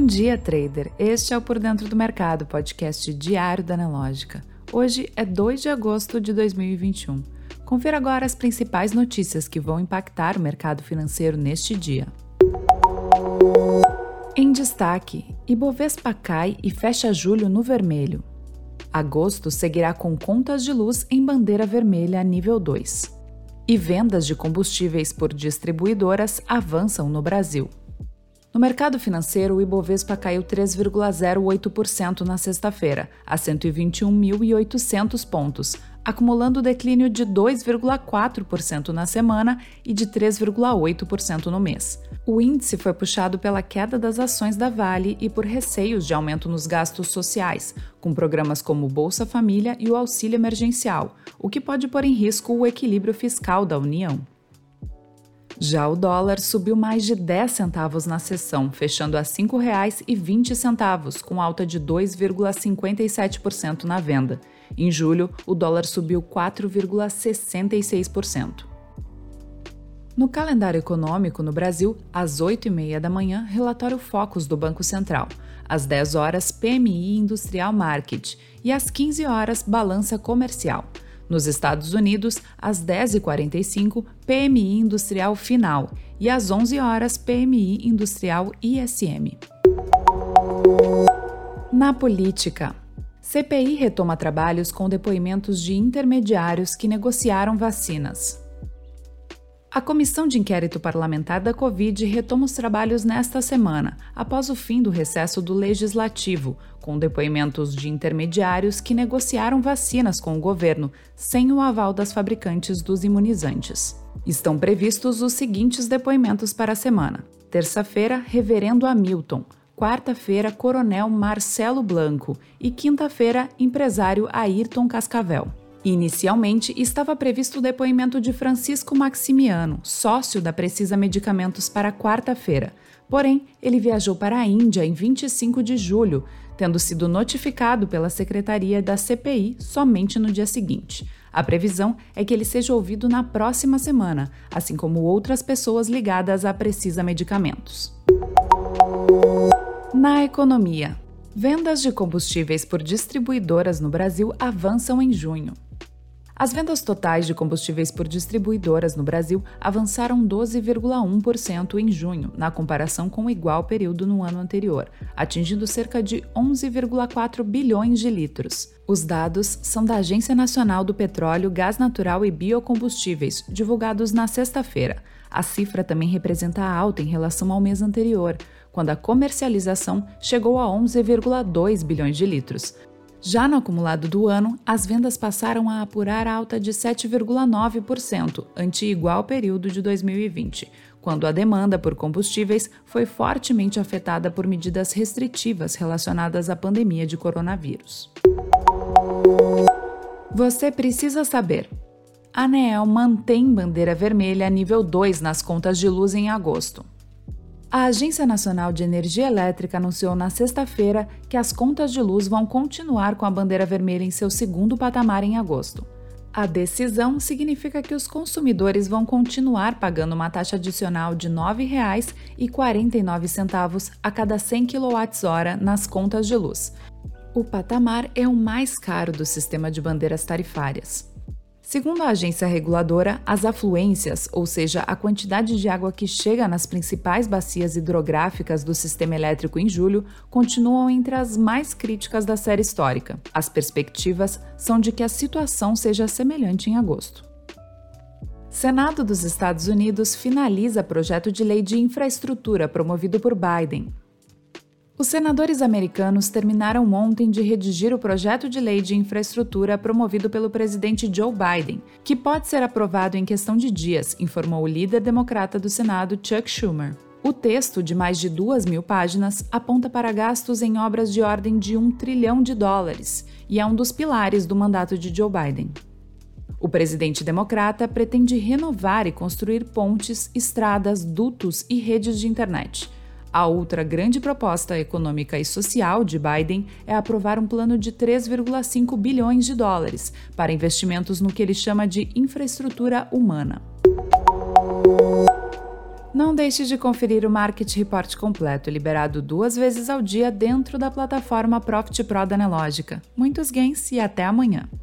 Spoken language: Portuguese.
Bom dia, trader! Este é o Por Dentro do Mercado, podcast diário da Analógica. Hoje é 2 de agosto de 2021. Confira agora as principais notícias que vão impactar o mercado financeiro neste dia. Em destaque, Ibovespa cai e fecha julho no vermelho. Agosto seguirá com contas de luz em bandeira vermelha nível 2. E vendas de combustíveis por distribuidoras avançam no Brasil. No mercado financeiro, o Ibovespa caiu 3,08% na sexta-feira, a 121.800 pontos, acumulando declínio de 2,4% na semana e de 3,8% no mês. O índice foi puxado pela queda das ações da Vale e por receios de aumento nos gastos sociais, com programas como o Bolsa Família e o Auxílio Emergencial, o que pode pôr em risco o equilíbrio fiscal da União. Já o dólar subiu mais de 10 centavos na sessão, fechando a R$ 5,20, com alta de 2,57% na venda. Em julho, o dólar subiu 4,66%. No calendário econômico no Brasil, às 8h30 da manhã, relatório Focus do Banco Central. Às 10 horas, PMI Industrial Market e às 15 horas, Balança Comercial. Nos Estados Unidos, às 10h45, PMI Industrial Final e às 11 horas, PMI Industrial ISM. Na política, CPI retoma trabalhos com depoimentos de intermediários que negociaram vacinas. A Comissão de Inquérito Parlamentar da Covid retoma os trabalhos nesta semana, após o fim do recesso do Legislativo, com depoimentos de intermediários que negociaram vacinas com o governo, sem o aval das fabricantes dos imunizantes. Estão previstos os seguintes depoimentos para a semana: terça-feira, Reverendo Hamilton; quarta-feira, Coronel Marcelo Blanco; e quinta-feira, empresário Ayrton Cascavel. Inicialmente, estava previsto o depoimento de Francisco Maximiano, sócio da Precisa Medicamentos, para quarta-feira. Porém, ele viajou para a Índia em 25 de julho, tendo sido notificado pela Secretaria da CPI somente no dia seguinte. A previsão é que ele seja ouvido na próxima semana, assim como outras pessoas ligadas à Precisa Medicamentos. Na economia, vendas de combustíveis por distribuidoras no Brasil avançam em junho. As vendas totais de combustíveis por distribuidoras no Brasil avançaram 12,1% em junho, na comparação com o igual período no ano anterior, atingindo cerca de 11,4 bilhões de litros. Os dados são da Agência Nacional do Petróleo, Gás Natural e Biocombustíveis, divulgados na sexta-feira. A cifra também representa a alta em relação ao mês anterior, quando a comercialização chegou a 11,2 bilhões de litros. Já no acumulado do ano, as vendas passaram a apurar alta de 7,9%, ante igual período de 2020, quando a demanda por combustíveis foi fortemente afetada por medidas restritivas relacionadas à pandemia de coronavírus. Você precisa saber: a ANEEL mantém bandeira vermelha nível 2 nas contas de luz em agosto. A Agência Nacional de Energia Elétrica anunciou na sexta-feira que as contas de luz vão continuar com a bandeira vermelha em seu segundo patamar em agosto. A decisão significa que os consumidores vão continuar pagando uma taxa adicional de R$ 9,49 a cada 100 kWh nas contas de luz. O patamar é o mais caro do sistema de bandeiras tarifárias. Segundo a agência reguladora, as afluências, ou seja, a quantidade de água que chega nas principais bacias hidrográficas do sistema elétrico em julho, continuam entre as mais críticas da série histórica. As perspectivas são de que a situação seja semelhante em agosto. Senado dos Estados Unidos finaliza projeto de lei de infraestrutura promovido por Biden. Os senadores americanos terminaram ontem de redigir o projeto de lei de infraestrutura promovido pelo presidente Joe Biden, que pode ser aprovado em questão de dias, informou o líder democrata do Senado, Chuck Schumer. O texto, de mais de 2.000 páginas, aponta para gastos em obras de ordem de US$ 1 trilhão e é um dos pilares do mandato de Joe Biden. O presidente democrata pretende renovar e construir pontes, estradas, dutos e redes de internet. A outra grande proposta econômica e social de Biden é aprovar um plano de 3,5 bilhões de dólares para investimentos no que ele chama de infraestrutura humana. Não deixe de conferir o Market Report completo, liberado 2 vezes ao dia dentro da plataforma Profit Pro da Nelogica. Muitos gains e até amanhã!